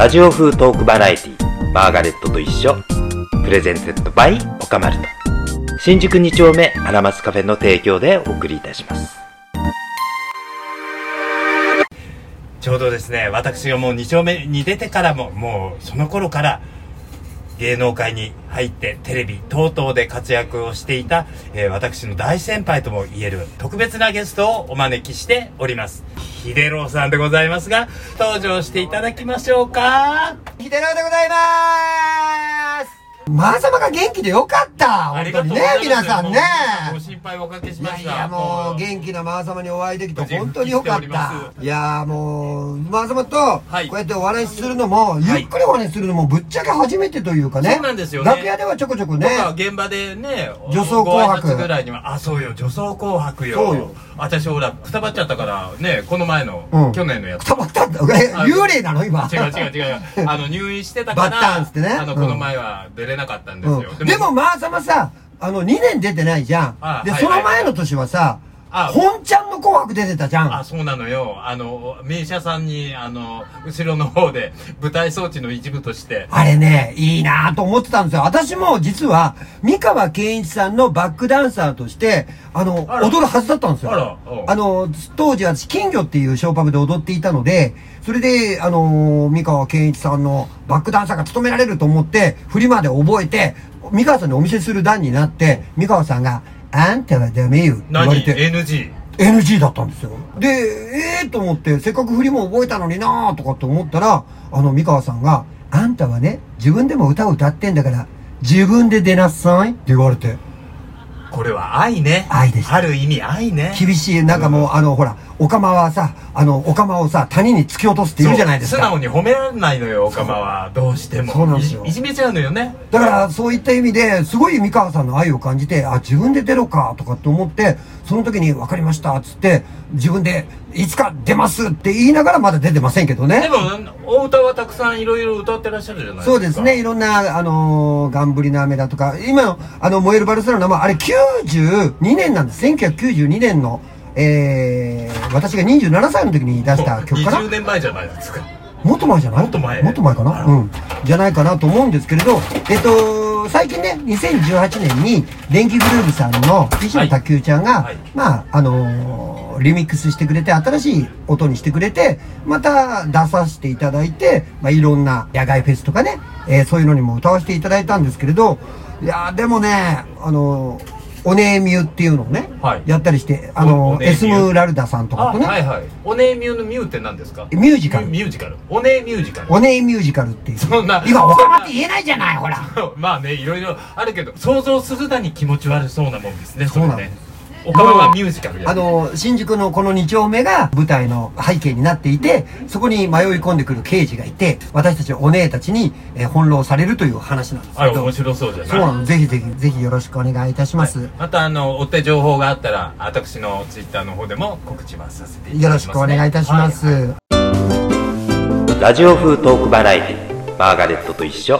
ラジオ風トークバラエティマーガレットと一緒プレゼンテッドバイオカマルト新宿2丁目アラマスカフェの提供でお送りいたします。ちょうどですね、私がもう2丁目に出てからもうその頃から芸能界に入ってテレビ等々で活躍をしていた、私の大先輩とも言える特別なゲストをお招きしております。秀郎さんでございますが、登場していただきましょうか。 秀郎でございます。マー様が元気でよかった。本当にね、皆さんね。 ご心配おかけしました。 いやもう元気なマー様にお会いできて本当によかった。いやもうマー様とこうやってお話しするのも、ゆっくりお話しするのもぶっちゃけ初めてというかね。 そうなんですよね。 楽屋ではちょこちょこね。 現場でね、 女装紅白ぐらいには、そうよ、女装紅白よ。 そうよ。 私ほらくたばっちゃったからね、この前の、去年のやつ。 くたばったんだ。幽霊なの今。 違う入院してたからバッタンってね。 この前は出れなかったんですよ。 でもマー様さ、2年出てないじゃん。で、その前の年はさ、本ちゃんの紅白出てたじゃん。 そうなのよ。名車さんに、後ろの方で舞台装置の一部として。 あれね、いいなぁと思ってたんですよ。私も実は、三河健一さんのバックダンサーとして、踊るはずだったんですよ。当時私、金魚っていうショーパブで踊っていたので、それで、三河健一さんのバックダンサーが務められると思って、振りまで覚えて、三河さんにお見せする段になって、三河さんが、あんたはダメよって言われて。NG だったんですよ。で、と思って、せっかく振りも覚えたのになぁとかって思ったら、三河さんが、あんたはね、自分でも歌を歌ってんだから、自分で出なさいって言われて。 これは愛ね。 愛でした。 ある意味愛ね。 厳しい、なんかもう、ほら、オカマはさ、オカマをさ、谷に突き落とすって言うじゃないですか。 素直に褒められないのよ、オカマは。どうしても。 そうなんですよ。 いじめちゃうのよね。 だから、そういった意味で、すごい三河さんの愛を感じて、自分で出ろか、とかって思って、その時に分かりました、つって、自分で、いつか出ますって言いながらまだ出てませんけどね。 でも、お歌はたくさんいろいろ歌ってらっしゃるじゃないですか。 そうですね。いろんな、ガンブリな雨だとか、今の、燃えるバルセロナも、あれ92年なんです。1992年の、私が27歳の時に出した曲かな。 20年前じゃないですか。 もっと前じゃない？もっと前かな？じゃないかなと思うんですけれど、最近ね、2018年に、電気グルーヴさんの石野卓球ちゃんが、リミックスしてくれて、新しい音にしてくれて、また出させていただいて、いろんな野外フェスとかね、そういうのにも歌わせていただいたんですけれど、いやでもね、オネーミュっていうのをね、やったりして、エスムラルダさんとかとね。 オネーミュのミュって何ですか？ ミュージカル。 オネーミュージカル。 オネーミュージカルっていう。 そんな。 今、オカマって言えないじゃない、ほら。 まあね、いろいろあるけど、想像するだに気持ち悪そうなもんですね、 そうなんです。 オカマはミュージカルや。 新宿のこの2丁目が舞台の背景になっていて、そこに迷い込んでくる刑事がいて、私たちお姉たちに翻弄されるという話なんですけど。 面白そうじゃない。 そうなの。ぜひよろしくお願いいたします。 また追って情報があったら、私のツイッターの方でも告知はさせていただきます。 よろしくお願いいたします。 ラジオ風トークバラエティマーガレットと一緒。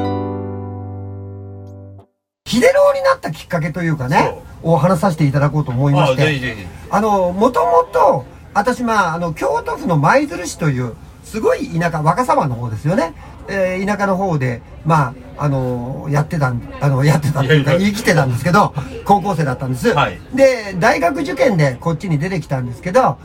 秀郎になったきっかけというかね、を話させていただこうと思いまして、もともと、私、京都府の舞鶴市という、すごい田舎、若狭の方ですよね。田舎の方で、やってたっていうか、生きてたんですけど、高校生だったんです。で、大学受験でこっちに出てきたんですけど、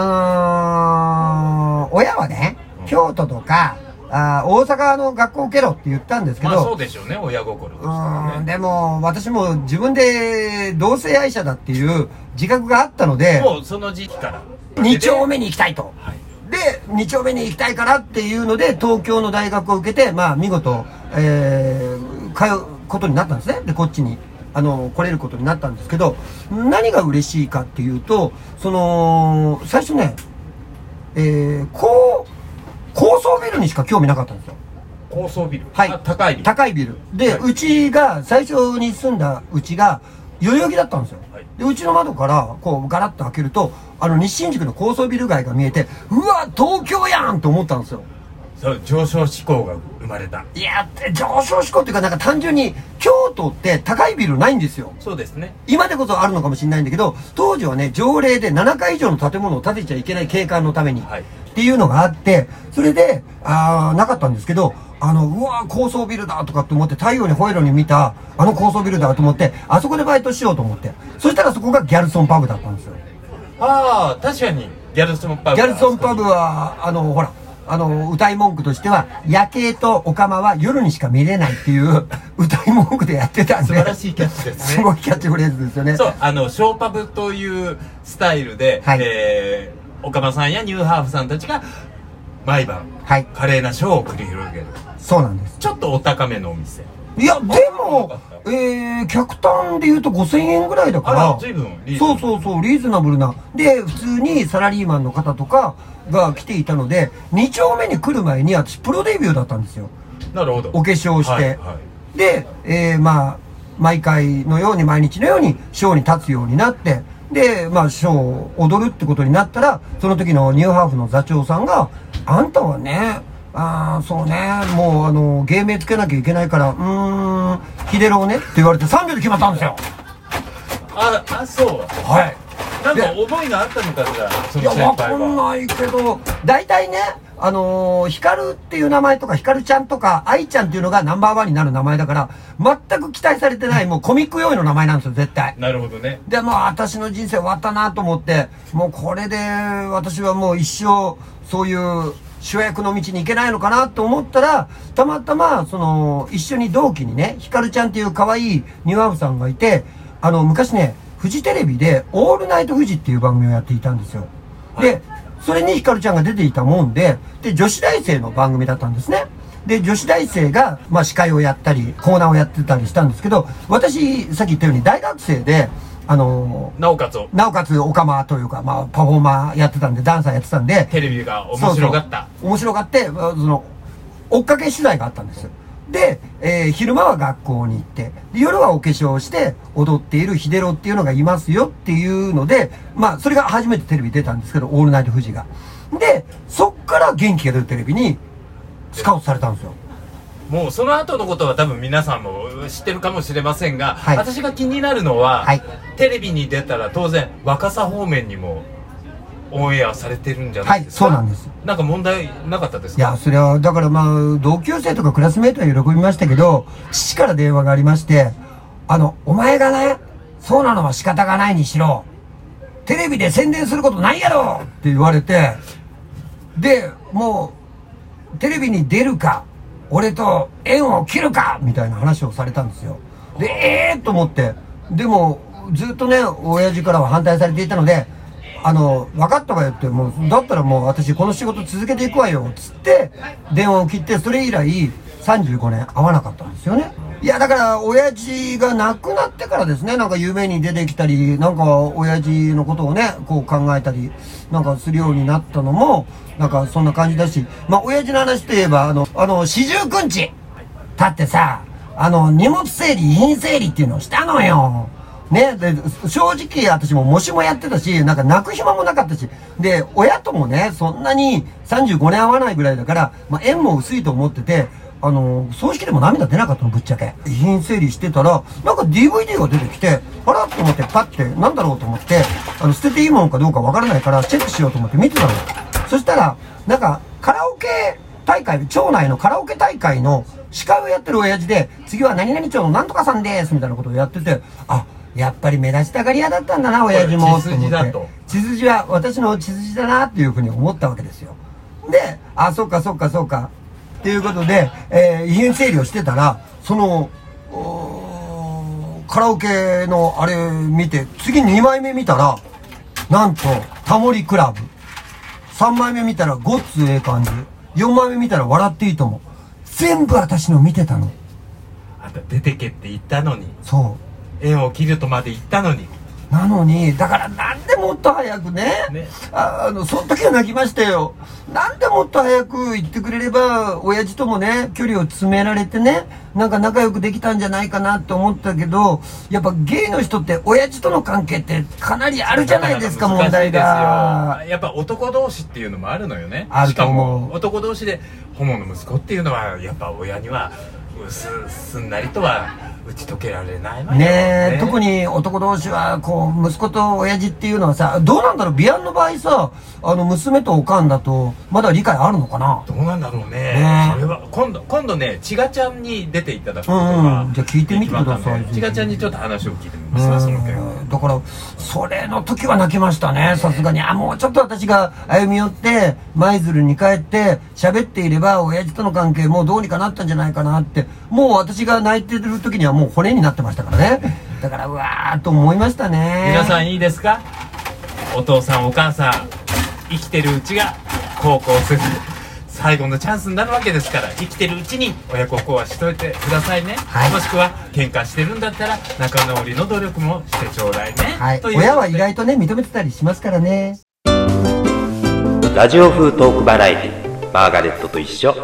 親はね、京都とか、大阪の学校受けろって言ったんですけど。 そうでしょうね、親心ですからね。 でも、私も自分で同性愛者だっていう自覚があったので、 もうその時期から。 2丁目に行きたいと。で、2丁目に行きたいからっていうので、東京の大学を受けて、見事、通うことになったんですね。で、こっちに、来れることになったんですけど、何が嬉しいかっていうと、最初ね、高層ビルにしか興味なかったんですよ。 高層ビル？ はい。 高いビル。 高いビル。で、うちが、最初に住んだうちが、代々木だったんですよ。で、うちの窓から、ガラッと開けると、西新宿の高層ビル街が見えて、うわ、東京やんと思ったんですよ。 そう上昇志向が生まれた。 いや上昇志向っていうか、なんか単純に京都って高いビルないんですよ。 そうですね。 今でこそあるのかもしれないんだけど、当時はね、条例で7階以上の建物を建てちゃいけない景観のために、はい、っていうのがあって、それでなかったんですけど、うわ高層ビルだとかって思って、太陽にほえろに見た高層ビルだと思って、あそこでバイトしようと思って、そしたらそこがギャルソンパブだったんですよ。 ああ、確かにギャルソンパブ。 ギャルソンパブはほら歌い文句としては、夜景とオカマは夜にしか見れないっていう歌い文句でやってたんで、 素晴らしいキャッチですね。 すごいキャッチフレーズですよね。 そう、ショーパブというスタイルで、はい、オカマさんやニューハーフさんたちが毎晩、はい、華麗なショーを繰り広げる。 そうなんです。 ちょっとお高めのお店。 いや、でも、客単で言うと5000円ぐらいだから、 随分リーズナブル。そうリーズナブルな。で、普通にサラリーマンの方とかが来ていたので、2丁目に来る前に私プロデビューだったんですよ。 なるほど。 お化粧して。はいはい、で、毎回のように、毎日のようにショーに立つようになって、で、ショーを踊るってことになったら、その時のニューハーフの座長さんが、あんたはね、そうね、もう芸名つけなきゃいけないから、ヒデロをねって言われて3秒で決まったんですよ。 そう。 はい。 なんか思いがあったのかしら、その先輩は。 いや、わかんないけど、大体ね、ヒカルっていう名前とか、ヒカルちゃんとか、アイちゃんっていうのがナンバーワンになる名前だから、全く期待されてない、もうコミック用意の名前なんですよ、絶対。 なるほどね。 で、私の人生終わったなと思って、もうこれで、私はもう一生、そういう、主役の道に行けないのかなと思ったら、たまたま、一緒に同期にね、ヒカルちゃんっていう可愛いニューハーフさんがいて、昔ね、フジテレビで、オールナイトフジっていう番組をやっていたんですよ。で、それにヒカルちゃんが出ていたもんで、女子大生の番組だったんですね。で、女子大生が、司会をやったり、コーナーをやってたりしたんですけど、私、さっき言ったように大学生で、なおかつオカマというか、パフォーマーやってたんで、ダンサーやってたんで、 テレビが面白かった。 面白がって、追っかけ取材があったんです。で、昼間は学校に行って、で夜はお化粧をして踊っているヒデロっていうのがいますよっていうので、それが初めてテレビ出たんですけど、オールナイトフジが。で、そっから元気が出るテレビにスカウトされたんですよ。 もうその後のことは多分皆さんも知ってるかもしれませんが、はい、私が気になるのは、はい、テレビに出たら当然若さ方面にもオンエアされてるんじゃないですか。 はい、そうなんです。 なんか問題なかったですか？ いや、それはだから同級生とかクラスメートは喜びましたけど、父から電話がありまして、お前がね、そうなのは仕方がないにしろ、テレビで宣伝することないやろって言われて、で、もうテレビに出るか俺と縁を切るかみたいな話をされたんですよ。で、と思って。でも、ずっとね、親父からは反対されていたので、分かったわよって、もう、だったらもう私この仕事続けていくわよ、つって、電話を切って、それ以来、35年会わなかったんですよね。いや、だから、親父が亡くなってからですね、なんか夢に出てきたり、なんか、親父のことをね、こう考えたり、なんかするようになったのも、なんかそんな感じだし、親父の話といえば、四十九日、だってさ、荷物整理、遺品整理っていうのをしたのよ。ね、で、正直私も模試もやってたし、なんか泣く暇もなかったし、で、親ともね、そんなに35年会わないぐらいだから、縁も薄いと思ってて、葬式でも涙出なかったの、ぶっちゃけ。遺品整理してたら、なんか DVD が出てきて、あらと思って、パッて、なんだろうと思って、捨てていいものかどうかわからないから、チェックしようと思って見てたの。そしたら、なんか、カラオケ大会、町内のカラオケ大会の司会をやってる親父で、次は何々町のなんとかさんです、みたいなことをやってて、あ、やっぱり目立ちたがり屋だったんだな、親父も。 血筋だと。 血筋は私の血筋だな、っていうふうに思ったわけですよ。で、あ、そうか、そうか、そうか。っていうことで、遺品整理をしてたら、カラオケのあれ見て、次2枚目見たら、なんと、タモリクラブ。3枚目見たら、ごっつええ感じ。4枚目見たら、笑っていいとも。全部私の見てたの。 あんた出てけって言ったのに。 そう。 縁を切るとまで言ったのに。 なのに、だからなんでもっと早くね、その時は泣きましたよ。なんでもっと早く言ってくれれば、親父ともね、距離を詰められてね、なんか仲良くできたんじゃないかなって思ったけど、やっぱゲイの人って親父との関係ってかなりあるじゃないですか、問題が。 やっぱ男同士っていうのもあるのよね。 あると思う。 しかも男同士でホモの息子っていうのは、やっぱ親にはすんなりとは打ち解けられないわよね。特に男同士はこう息子と親父っていうのはさ、どうなんだろう、ビアンの場合さ、娘とおかんだとまだ理解あるのかな。 どうなんだろうね。それは今度ね、ちがちゃんに出ていただくことが、 じゃあ聞いてみてください。 ちがちゃんにちょっと話を聞いてみました。その件だからそれの時は泣きましたね、さすがに。もうちょっと私が歩み寄って舞鶴に帰って喋っていれば親父との関係もうどうにかなったんじゃないかなって、もう私が泣いてる時にはもう骨になってましたからね。だからうわーっと思いましたね。 皆さんいいですか、お父さんお母さん生きてるうちが高校生最後のチャンスになるわけですから、生きてるうちに親孝行はしといてくださいね、もしくは喧嘩してるんだったら仲直りの努力もしてちょうだいね、 親は意外とね認めてたりしますからね。 ラジオ風トークバラエティマーガレットと一緒。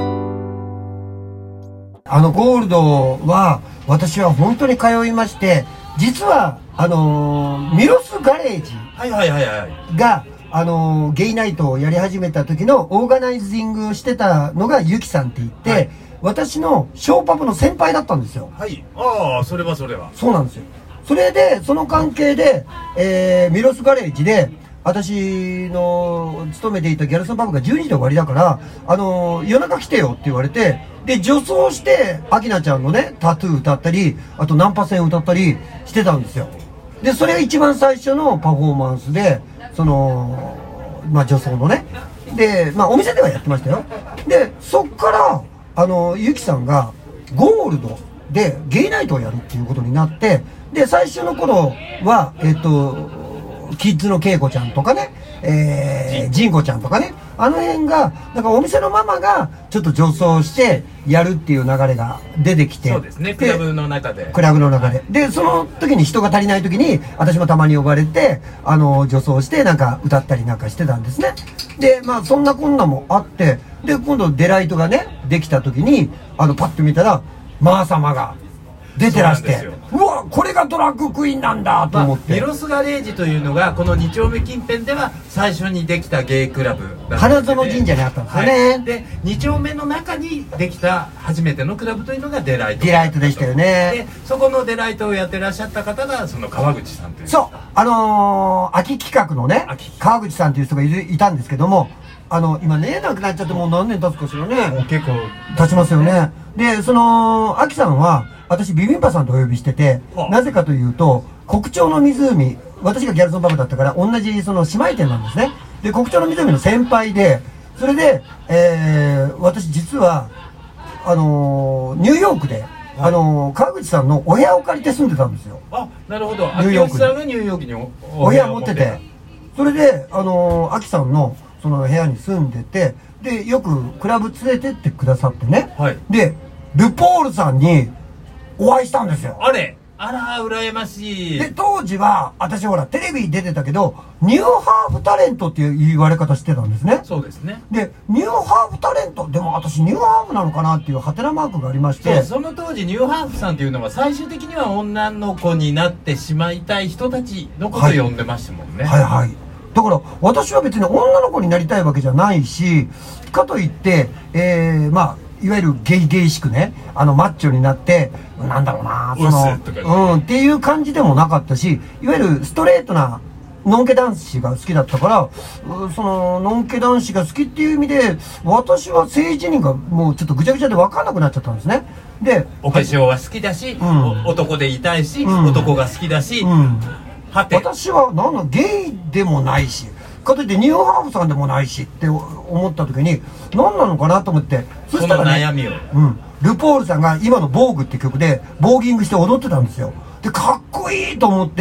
ゴールドは私は本当に通いまして、実はミロスガレージがゲイナイトをやり始めた時のオーガナイジングをしてたのがユキさんって言って、私のショーパブの先輩だったんですよ。 それはそうなんですよ。それでその関係で、ミロスガレージで私の勤めていたギャルソンパブが12時で終わりだから、夜中来てよって言われて、で、女装して、アキナちゃんのね、タトゥー歌ったり、あとナンパ戦歌ったりしてたんですよ。で、それが一番最初のパフォーマンスで、女装のね。で、お店ではやってましたよ。で、そっから、ゆきさんが、ゴールドでゲイナイトをやるっていうことになって、で、最初の頃は、キッズのケイコちゃんとかね、ジンコちゃんとかね、あの辺が、なんかお店のママがちょっと女装してやるっていう流れが出てきて。 そうですね、クラブの中で。 で、その時に人が足りない時に、私もたまに呼ばれて、女装してなんか歌ったりなんかしてたんですね。で、そんなこんなもあって、で、今度デライトがね、できた時に、パッと見たら、マー様が、出てらして、うわ、これがドラッグクイーンなんだと思って、 ミロスガレージというのがこの2丁目近辺では最初にできたゲイクラブ花園神社にあったんですよね、 で2丁目の中にできた初めてのクラブというのがデライトでしたよね。 でそこのデライトをやってらっしゃった方がその川口さんという、 そう秋企画のね川口さんという人がいたんですけども、今ね亡くなっちゃってもう何年経つかしらね。 結構経ちますよね。でその秋さんは私ビビンバさんとお呼びしてて、なぜかというと国鳥の湖、私がギャルソンパブだったから同じその姉妹店なんですね。で国鳥の湖の先輩で、それで、私実はニューヨークで、川口さんのお部屋を借りて住んでたんですよ。 なるほど。秋吉さんがニューヨークにお部屋持ってて、それで秋さんのその部屋に住んでて、でよくクラブ連れてってくださってね、でルポールさんにお会いしたんですよ。 あら羨ましい。 で当時は私ほらテレビに出てたけどニューハーフタレントっていう言われ方してたんですね。 そうですね。 でニューハーフタレントでも私ニューハーフなのかなっていうハテナマークがありまして、 その当時ニューハーフさんっていうのは最終的には女の子になってしまいたい人たちのことを呼んでましたもんね。 だから私は別に女の子になりたいわけじゃないし、かといっていわゆるゲイしくね、マッチョになって、なんだろうな、っていう感じでもなかったし、いわゆるストレートな、ノンケ男子が好きだったから、その、ノンケ男子が好きっていう意味で、私は性自認がもうちょっとぐちゃぐちゃで分かんなくなっちゃったんですね。で、 お化粧は好きだし、男でいたいし、男が好きだし、 私はゲイでもないし、かといってニューハーフさんでもないしって思った時に何なのかなと思って、 そしたらね、悩みを、 ルポールさんが今のボーグって曲でボーギングして踊ってたんですよ。でかっこいいと思って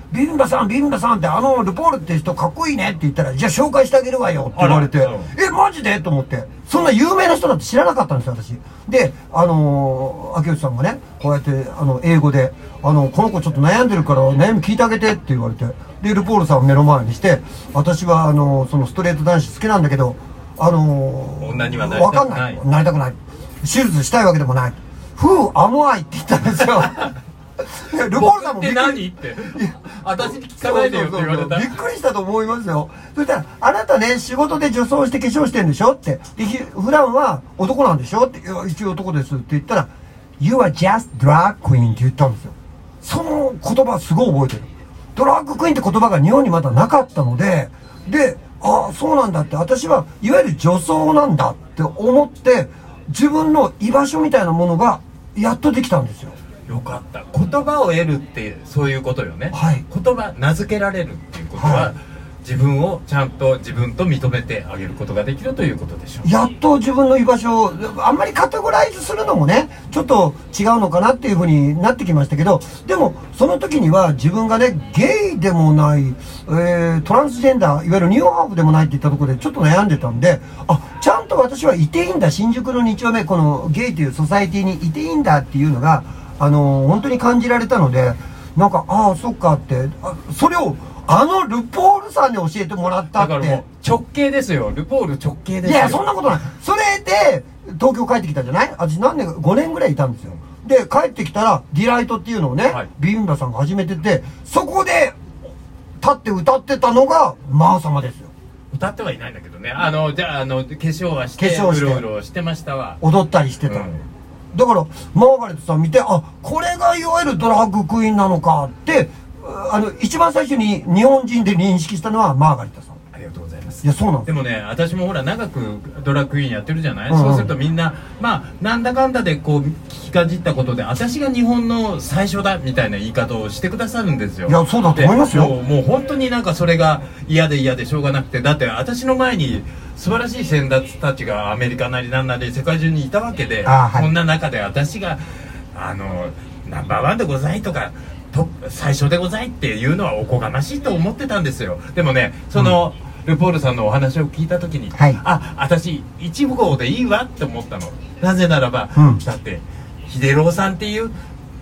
ビビンバさんってルポールって人かっこいいねって言ったら、じゃあ紹介してあげるわよって言われて、マジでと思って、そんな有名な人だって知らなかったんですよ、私。で、秋吉さんがね、こうやって、英語で、この子ちょっと悩んでるから悩み聞いてあげてって言われて、で、ルポールさんを目の前にして、私は、そのストレート男子好きなんだけど、 女にはなりたくない。 なりたくない。手術したいわけでもない。アムアイって言ったんですよ。ルポールさんもびっくり。 何って。私に聞かないでよって言われた。 びっくりしたと思いますよ。そしたら、あなたね、仕事で女装して化粧してんでしょって。で、普段は男なんでしょって。いや、一応男ですって言ったら、You are just drag queen って言ったんですよ。その言葉すごい覚えてる。ドラッグクイーンって言葉が日本にまだなかったので、で、ああ、そうなんだって、私はいわゆる女装なんだって思って、自分の居場所みたいなものがやっとできたんですよ。 よかった。言葉を得るってそういうことよね。 はい。 言葉、名付けられるっていうことは、はい、自分をちゃんと自分と認めてあげることができるということでしょう。 やっと自分の居場所を、あんまりカテゴライズするのもね、ちょっと違うのかなっていうふうになってきましたけど、でもその時には自分がね、ゲイでもない、トランスジェンダー、いわゆるニューハーフでもないって言ったところでちょっと悩んでたんで、ちゃんと私はいていいんだ、新宿の2丁目、このゲイというソサエティにいていいんだっていうのが、本当に感じられたので、なんか、そっかって、それを、ルポールさんに教えてもらったって。だからもう直系ですよ。ルポール直系ですよ。 いや、そんなことない。それで、東京帰ってきたじゃない？私何年か、5年ぐらいいたんですよ。で、帰ってきたら、ディライトっていうのをね、ビビンバさんが始めてて、そこで、立って歌ってたのが、マー様ですよ。 歌ってはいないんだけどね。じゃあ、化粧はして、うろうろしてましたわ。 踊ったりしてた。だから、マーガレットさん見て、これがいわゆるドラッグクイーンなのかって、一番最初に日本人で認識したのはマーガレットさん。 ありがとうございます。 いや、そうなんでもね、私もほら、長くドラッグクイーンやってるじゃない、そうするとみんな、なんだかんだでこう、聞きかじったことで、私が日本の最初だ、みたいな言い方をしてくださるんですよ。 いや、そうだと思いますよ。 もう本当になんかそれが嫌でしょうがなくて、だって私の前に、素晴らしい先達たちがアメリカなりなんなり世界中にいたわけで、こんな中で私がナンバーワンでございとか最初でございっていうのはおこがましいと思ってたんですよ。でもね、ルポールさんのお話を聞いた時に、私1号でいいわって思ったの。なぜならば、だって秀郎さんっていう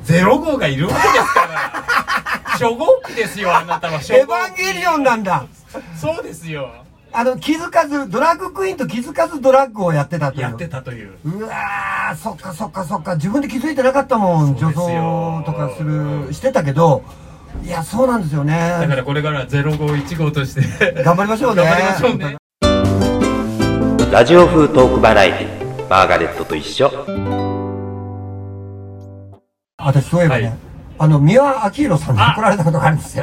0号がいるわけですから初号機ですよ、あなたは。 エヴァンゲリオンなんだ。 そうですよ。 気づかず、ドラッグクイーンと気づかずドラッグをやってたという。 やってたという。 うわー、そっか。自分で気づいてなかったもん。女装とかしてたけど、いや、そうなんですよね。 だからこれから0号1号として。 頑張りましょうね。 頑張りましょうね。 ラジオ風トークバラエティ、マーガレットと一緒。 私、そういえばね、三輪明宏さんに怒られたことがあるんですよ。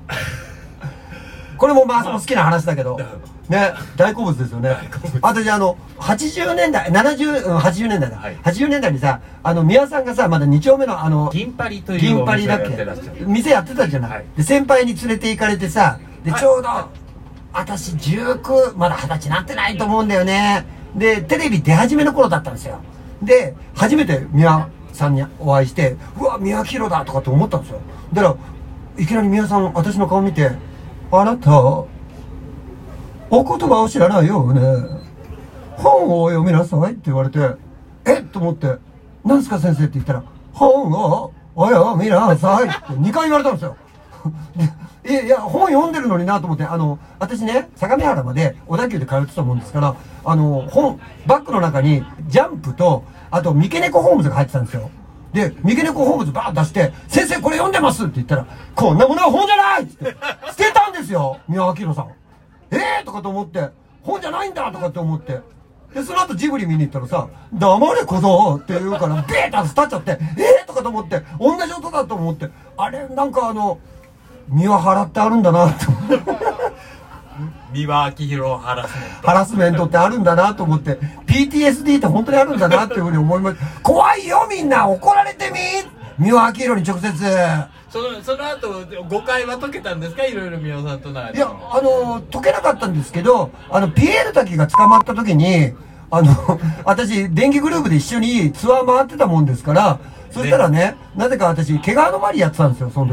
これも好きな話だけど、ね、大好物ですよね。私、80年代、80年代だ。80年代にさ、宮さんがさ、まだ2丁目の銀パリという銀パリだっけ店やってたじゃない。で、先輩に連れて行かれてさ、で、ちょうど、私、19、まだ20歳になってないと思うんだよね。で、テレビ出始めの頃だったんですよ。で、初めて宮さんにお会いして、うわ、宮城だとかって思ったんですよ。だから、いきなり宮さん、私の顔見て、あなた、お言葉を知らないようね。本を読みなさいって言われて、と思って、何すか先生って言ったら、本をお読みなさいって2回言われたんですよ。いや、本読んでるのになと思って、私ね、相模原まで小田急で通ってたもんですから、バッグの中にジャンプと、あと、三毛猫ホームズが入ってたんですよ。で、三毛猫ホームズバーッ出して、先生これ読んでますって言ったら、こんなものは本じゃないって捨てたんですよ、宮脇宏さん。とかと思って、本じゃないんだとかって思って。で、その後ジブリ見に行ったらさ、黙れ小僧って言うから、ビーッと立っちゃって、とかと思って、同じ音だと思って、あれ、なんか身は払ってあるんだなって思って。 三輪明宏ハラスメント。 ハラスメントってあるんだなと思って、PTSD って本当にあるんだなっていうふうに思いました。怖いよみんな、怒られて三輪明宏に直接。 その後、誤解は解けたんですか、いろいろ三輪さんとの間。 いや、解けなかったんですけど、ピエール滝が捕まった時に、私、電気グループで一緒にツアー回ってたもんですから、そしたらね、なぜか私、毛皮のマリやってたんですよ、その時。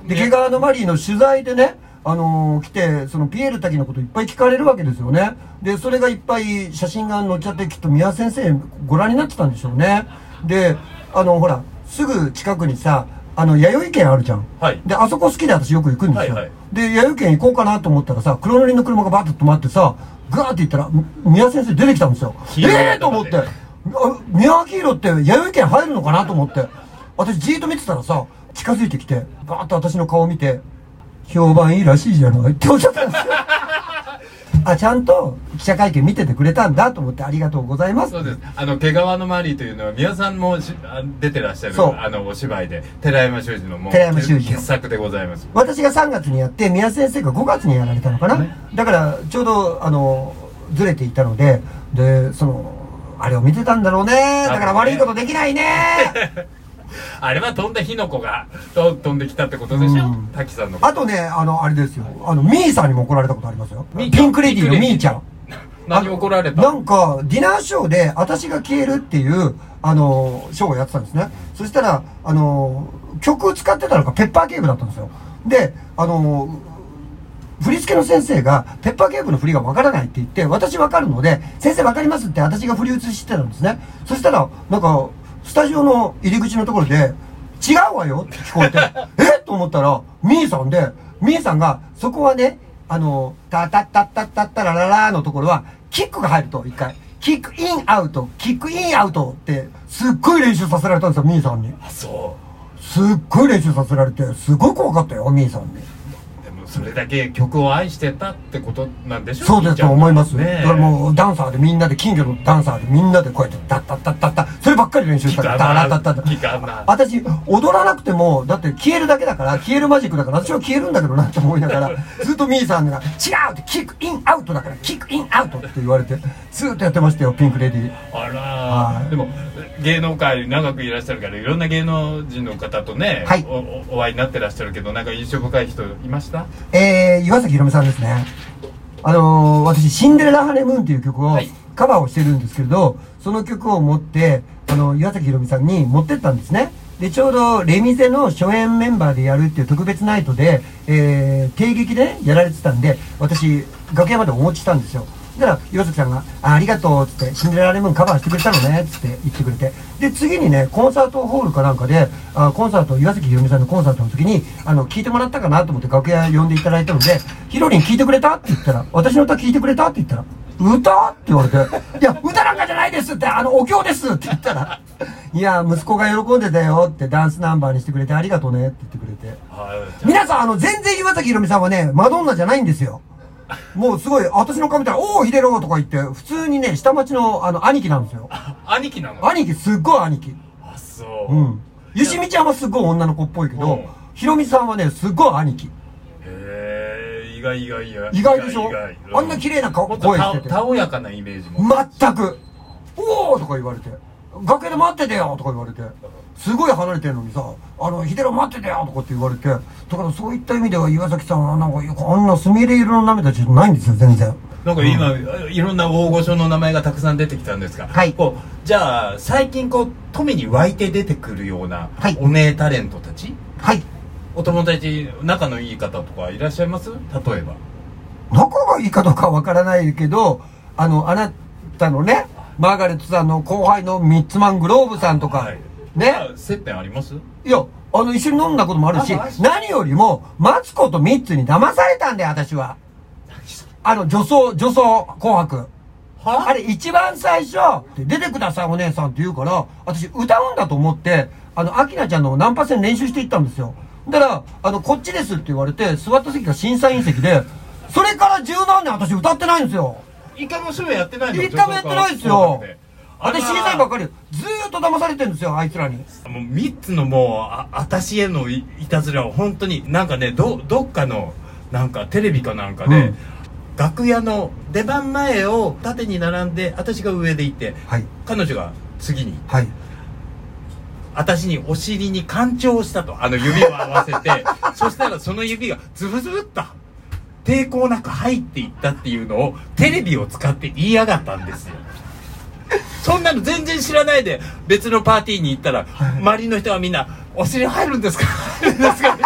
で、毛皮のマリーの取材でね、来て、そのピエール滝のこといっぱい聞かれるわけですよね。で、それがいっぱい写真が載っちゃって、きっと宮先生ご覧になってたんでしょうね。で、ほら、すぐ近くにさ、弥生県あるじゃん。 はい。 で、あそこ好きで私よく行くんですよ。 はいはい。 で、弥生県行こうかなと思ったらさ、黒塗りの車がバッと止まってさ、ガーって行ったら、宮先生出てきたんですよ。と思って、宮脇宏って弥生県入るのかなと思って、私じーっと見てたらさ、近づいてきて、バーッと私の顔を見て、評判いいらしいじゃないっておっしゃったんですよ。あ、ちゃんと記者会見見ててくれたんだと思って、ありがとうございます。 そうです。毛皮のマリーというのは、宮さんも出てらっしゃる、お芝居で、寺山修司のもう、傑作でございます。 私が3月にやって、宮先生が5月にやられたのかな、ね、だから、ちょうど、ずれていたので、で、あれを見てたんだろうね。だから悪いことできないね。 あれは飛んだ火の粉が飛んできたってことでしょ、滝さんの。 あとね、あれですよ。ミーさんにも怒られたことありますよ。ピンクレディーのミーちゃん。 何怒られた？ なんか、ディナーショーで、私が消えるっていう、ショーをやってたんですね。そしたら、曲使ってたのがペッパー警部だったんですよ。で、振り付けの先生が、ペッパー警部の振りがわからないって言って、私わかるので、先生わかりますって私が振り写してたんですね。そしたら、なんか、スタジオの入り口のところで、違うわよって聞こえて、と思ったら、ミーさんで、ミーさんが、そこはね、タタッタッタッタッタラララのところは、キックが入ると、一回。キックインアウト、キックインアウトって、すっごい練習させられたんですよ、ミーさんに。 あ、そう。 すっごい練習させられて、すごい怖かったよ、ミーさんに。 それだけ曲を愛してたってことなんでしょう。 そうですと思います。 ね、 だからもうダンサーでみんなで、金魚のダンサーでみんなでこうやってダッタッタッタッタッそればっかり練習したから、ダラッタッタッタ。私、踊らなくても、だって消えるだけだから、消えるマジックだから、私は消えるんだけどなって思いながら、ずっとミーさんが、違うってキックインアウトだから、キックインアウトって言われて、ずっとやってましたよ、ピンクレディー。 あらー。でも、芸能界長くいらっしゃるから、いろんな芸能人の方とね、はい、お会いになってらっしゃるけど、なんか印象深い人いました？ 岩崎宏美さんですね。私、シンデレラハネムーンっていう曲をカバーをしてるんですけれど、その曲を持って、岩崎宏美さんに持ってったんですね。で、ちょうど、レミゼの初演メンバーでやるっていう特別ナイトで、帝劇でね、やられてたんで、私、楽屋までお持ちしたんですよ。だから、岩崎さんが、ありがとう、つって、シンデレラレムーンカバーしてくれたのね、つって言ってくれて。で、次にね、コンサートホールかなんかで、コンサート、岩崎宏美さんのコンサートの時に、聞いてもらったかなと思って楽屋呼んでいただいたので、ヒロリン聞いてくれたって言ったら、私の歌聞いてくれたって言ったら、歌って言われて、いや、歌なんかじゃないですって、お経ですって言ったら、いや、息子が喜んでたよってダンスナンバーにしてくれてありがとうねって言ってくれて。皆さん、全然岩崎宏美さんはね、マドンナじゃないんですよ。もうすごい、私の顔見たら、おー、ヒデローとか言って、普通にね、下町の、兄貴なんですよ。 兄貴なの？ 兄貴、すっごい兄貴。 あ、そう。 うん。ゆしみちゃんはすっごい女の子っぽいけど、ひろみさんはね、すっごい兄貴。 意外。意外でしょ？あんな綺麗な声してて。 たおやかなイメージも。 全く。おーとか言われて。楽屋で待っててよとか言われて。すごい離れてるのにさ、ヒデロ待っててよとかって言われて。だからそういった意味では岩崎さんはなんか、あんなすみれ色の涙じゃないんですよ、全然。 なんか今、いろんな大御所の名前がたくさん出てきたんですが、はい。じゃあ、最近富に湧いて出てくるような、お姉タレントたち？はい。お友達、仲のいい方とかいらっしゃいます？例えば。 仲がいいかどうかわからないけど、あなたのね、マーガレットさんの後輩のミッツマングローブさんとか、はい、ね。 接点あります？ いや、一緒に飲んだこともあるし、何よりも、マツコとミッツに騙されたんだよ、私は。女装紅白。あれ、一番最初、出てくださいお姉さんって言うから、私歌うんだと思って、アキナちゃんのナンパ戦練習していったんですよ。だから、こっちですって言われて、座った席が審査員席で、それから十何年私歌ってないんですよ。 一回もショーやってないの？ 一回もやってないですよ。私審査員ばっかり、ずーっと騙されてるんですよ、あいつらに。 もう3つのもう、私へのいたずらは本当に、なんかね、どっかの、なんかテレビかなんかで、楽屋の出番前を縦に並んで、私が上でいて、はい、彼女が次に、はい、私にお尻に干潮をしたと、指を合わせてそしたらその指がズブズブっと抵抗なく入っていったっていうのをテレビを使って言いやがったんですよ。そんなの全然知らないで別のパーティーに行ったら、周りの人はみんなお尻入るんですか入るんですか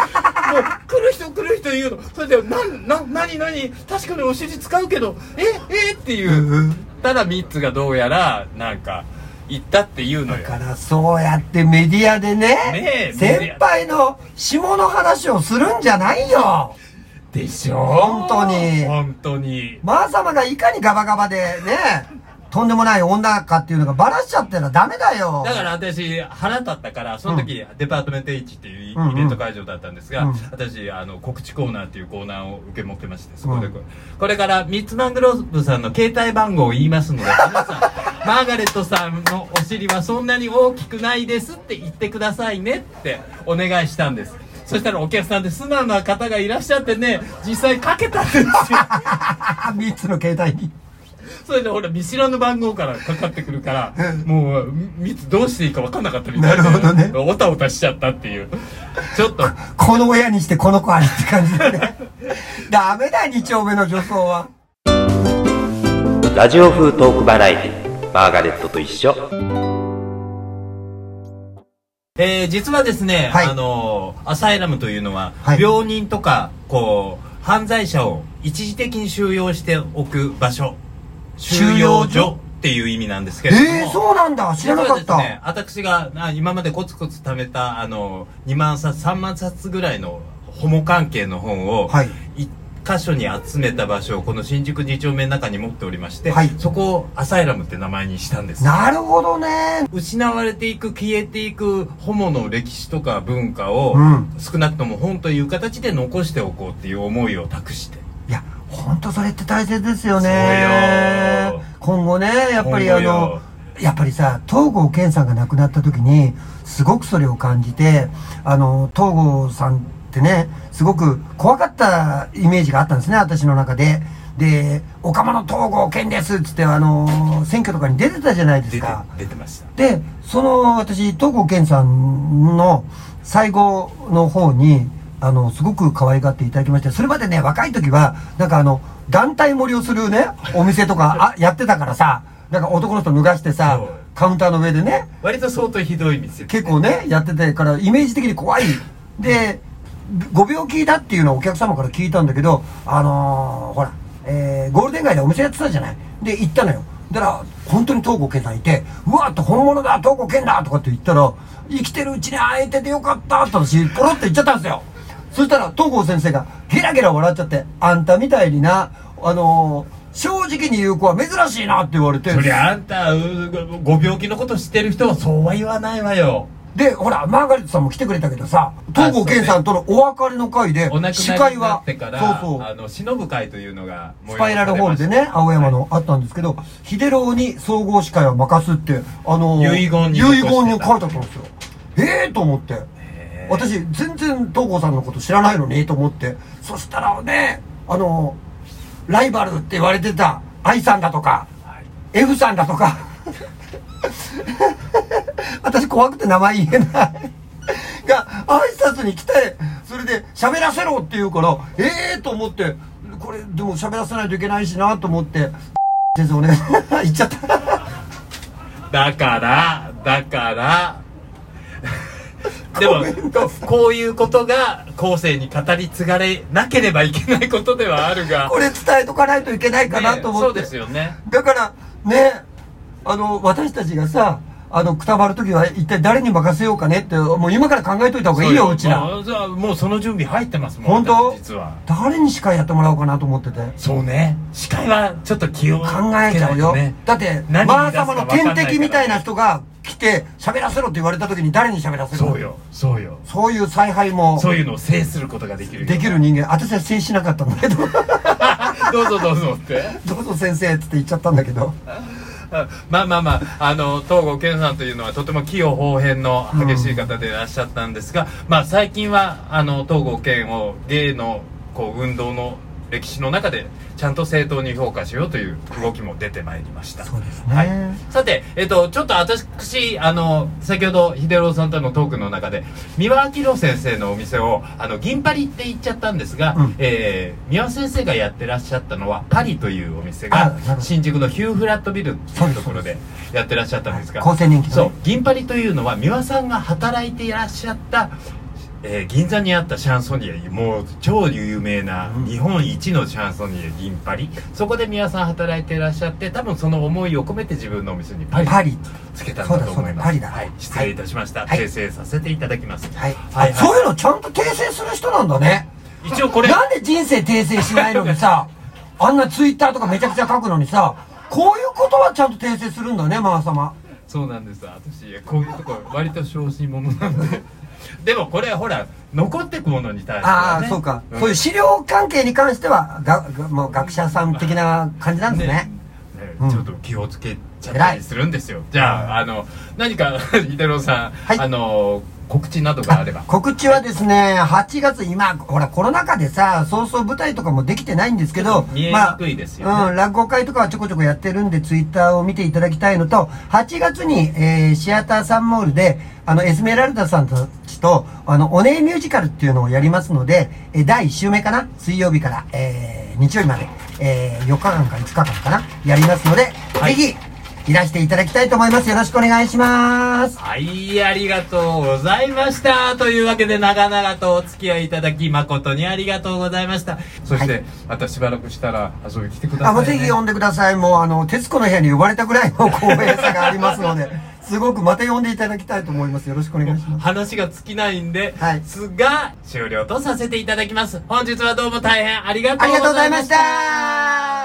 来る人言うの。それで何確かにお尻使うけどっていうたら3つがどうやらなんか言ったっていうのよ。 だからそうやってメディアでね先輩の下の話をするんじゃないよ。 でしょ。本当にマー様がいかにガバガバでねとんでもない女かっていうのがバラしちゃってらダメだよ。 だから私腹立ったからその時、デパートメント H っていうイベント会場だったんですが、私告知コーナーっていうコーナーを受け持ってまして、そこでこれからミッツマングローブさんの携帯番号を言いますので皆さんマーガレットさんのお尻はそんなに大きくないですって言ってくださいねってお願いしたんです。そしたらお客さんで素直な方がいらっしゃってね、実際かけたんですよ 3つの携帯に。 それで俺見知らぬ番号からかかってくるからもうどうしていいか分かんなかったみたいで、 なるほどね、 おたおたしちゃったっていう、ちょっとこの親にしてこの子ありって感じでねダメだ2丁目の女装は。 ラジオ風トークバラエティマーガレットと一緒。 実はですね、アサイラムというのは、病人とかこう犯罪者を一時的に収容しておく場所、収容所っていう意味なんですけれども、 そうなんだ、知らなかった。 ね、私が今までコツコツ貯めた2万冊3万冊ぐらいのホモ関係の本を、1箇所に集めた場所をこの新宿2丁目の中に持っておりまして、そこをアサイラムって名前にしたんです。 なるほどね。 失われていく消えていくホモの歴史とか文化を、少なくとも本という形で残しておこうっていう思いを託して。 いや本当それって大切ですよね。今後ねやっぱりやっぱりさ東郷健さんが亡くなった時にすごくそれを感じて、東郷さんってねすごく怖かったイメージがあったんですね、私の中で。でおかまの東郷健ですっつって選挙とかに出てたじゃないですか。 出てました。 で私東郷健さんの最後の方にすごく可愛がっていただきまして、それまでね若い時はなんか団体盛りをするねお店とかやってたからさ、なんか男の人脱がしてさカウンターの上でね割と相当ひどい店、 結構ねやっててからイメージ的に怖いでご病気だっていうのをお客様から聞いたんだけどほら、ゴールデン街でお店やってたじゃない。で行ったのよ。だから本当に東郷健さんいて、うわっと本物だ東郷健だとかって言ったら、生きてるうちに会えててよかったって私ポロって言っちゃったんですよ。そしたら東郷先生がゲラゲラ笑っちゃって、あんたみたいにな正直に言う子は珍しいなって言われて。 そりゃあんたご病気のこと知ってる人はそうは言わないわよ。 でほらマーガレットさんも来てくれたけどさ、東郷健さんとのお別れの会で司会は忍ぶ会というのがスパイラルホールでね青山のあったんですけど、秀郎に総合司会を任すって遺言に書いてあったんですよ。と思って、私全然東郷さんのこと知らないのにと思って、そしたらねライバルって言われてた愛さんだとか、F さんだとか私怖くて名前言えないが挨拶に来て、それで喋らせろって言うからと思って、これでも喋らせないといけないしなと思って先生お願い言っちゃっただからでもこういうことが後世に語り継がれなければいけないことではあるが、 これ伝えとかないといけないかなと思って、 そうですよね。 だからね私たちがさくたばる時は一体誰に任せようかねって、もう今から考えといた方がいいよ。うちらもうその準備入ってますもん。 本当実は誰に司会やってもらおうかなと思ってて。 そうね、司会はちょっと気を考えちゃうよ。だってマー様の天敵みたいな人が来て喋らせろって言われた時に誰に喋らせるの。そうよ。そういう采配もそういうのを制することができる人間。私は制しなかったんだけどどうぞってどうぞ先生って言っちゃったんだけどまあ東郷健さんというのはとても器用方変の激しい方でいらっしゃったんですが、最近は東郷健を芸の運動の歴史の中でちゃんと正当に評価しようという動きも出てまいりました。 そうですね。 さて、ちょっと私先ほど秀郎さんとのトークの中で三輪明先生のお店を銀パリって言っちゃったんですが、三輪先生がやってらっしゃったのはパリというお店が新宿のヒューフラットビルというところでやってらっしゃったんですが、 厚生年金そう銀パリというのは三輪さんが働いていらっしゃった銀座にあったシャンソニエ、もう超有名な日本一のシャンソニエ銀パリ、そこで皆さん働いていらっしゃって、多分その思いを込めて自分のお店にパリつけたんだと思います。 パリだ。 はい、失礼いたしました。訂正させていただきます。 はい。そういうのちゃんと訂正する人なんだね。 一応これなんで人生訂正しないのにさ、あんなツイッターとかめちゃくちゃ書くのにさ、こういうことはちゃんと訂正するんだね、マー様。 そうなんです。私こういうとこ割と小心者なんででもこれほら残ってくものに対してはね、 そうか、そういう資料関係に関してはもう学者さん的な感じなんですね。 ちょっと気をつけちゃったりするんですよ。じゃあ何かイテローさん、告知などがあれば。 告知はですね、8月、今ほらコロナ禍でさ、そうそう舞台とかもできてないんですけど、 見えにくいですよね。 落語会とかはちょこちょこやってるんで、ツイッターを見ていただきたいのと、8月に、シアターサンモールでエスメラルダさんたちとおねえミュージカルっていうのをやりますので、第1週目かな、水曜日から、日曜日まで、4日間か5日間かな、やりますので、ぜひいらしていただきたいと思います。よろしくお願いします。 はい、ありがとうございました。というわけで長々とお付き合いいただき誠にありがとうございました。そして、またしばらくしたら遊びに来てくださいね。 ぜひ呼んでください。もう徹子の部屋に呼ばれたぐらいの光栄さがありますので、すごくまた呼んでいただきたいと思います。よろしくお願いします。 話が尽きないんで、すが終了とさせていただきます。本日はどうも大変ありがとうございました。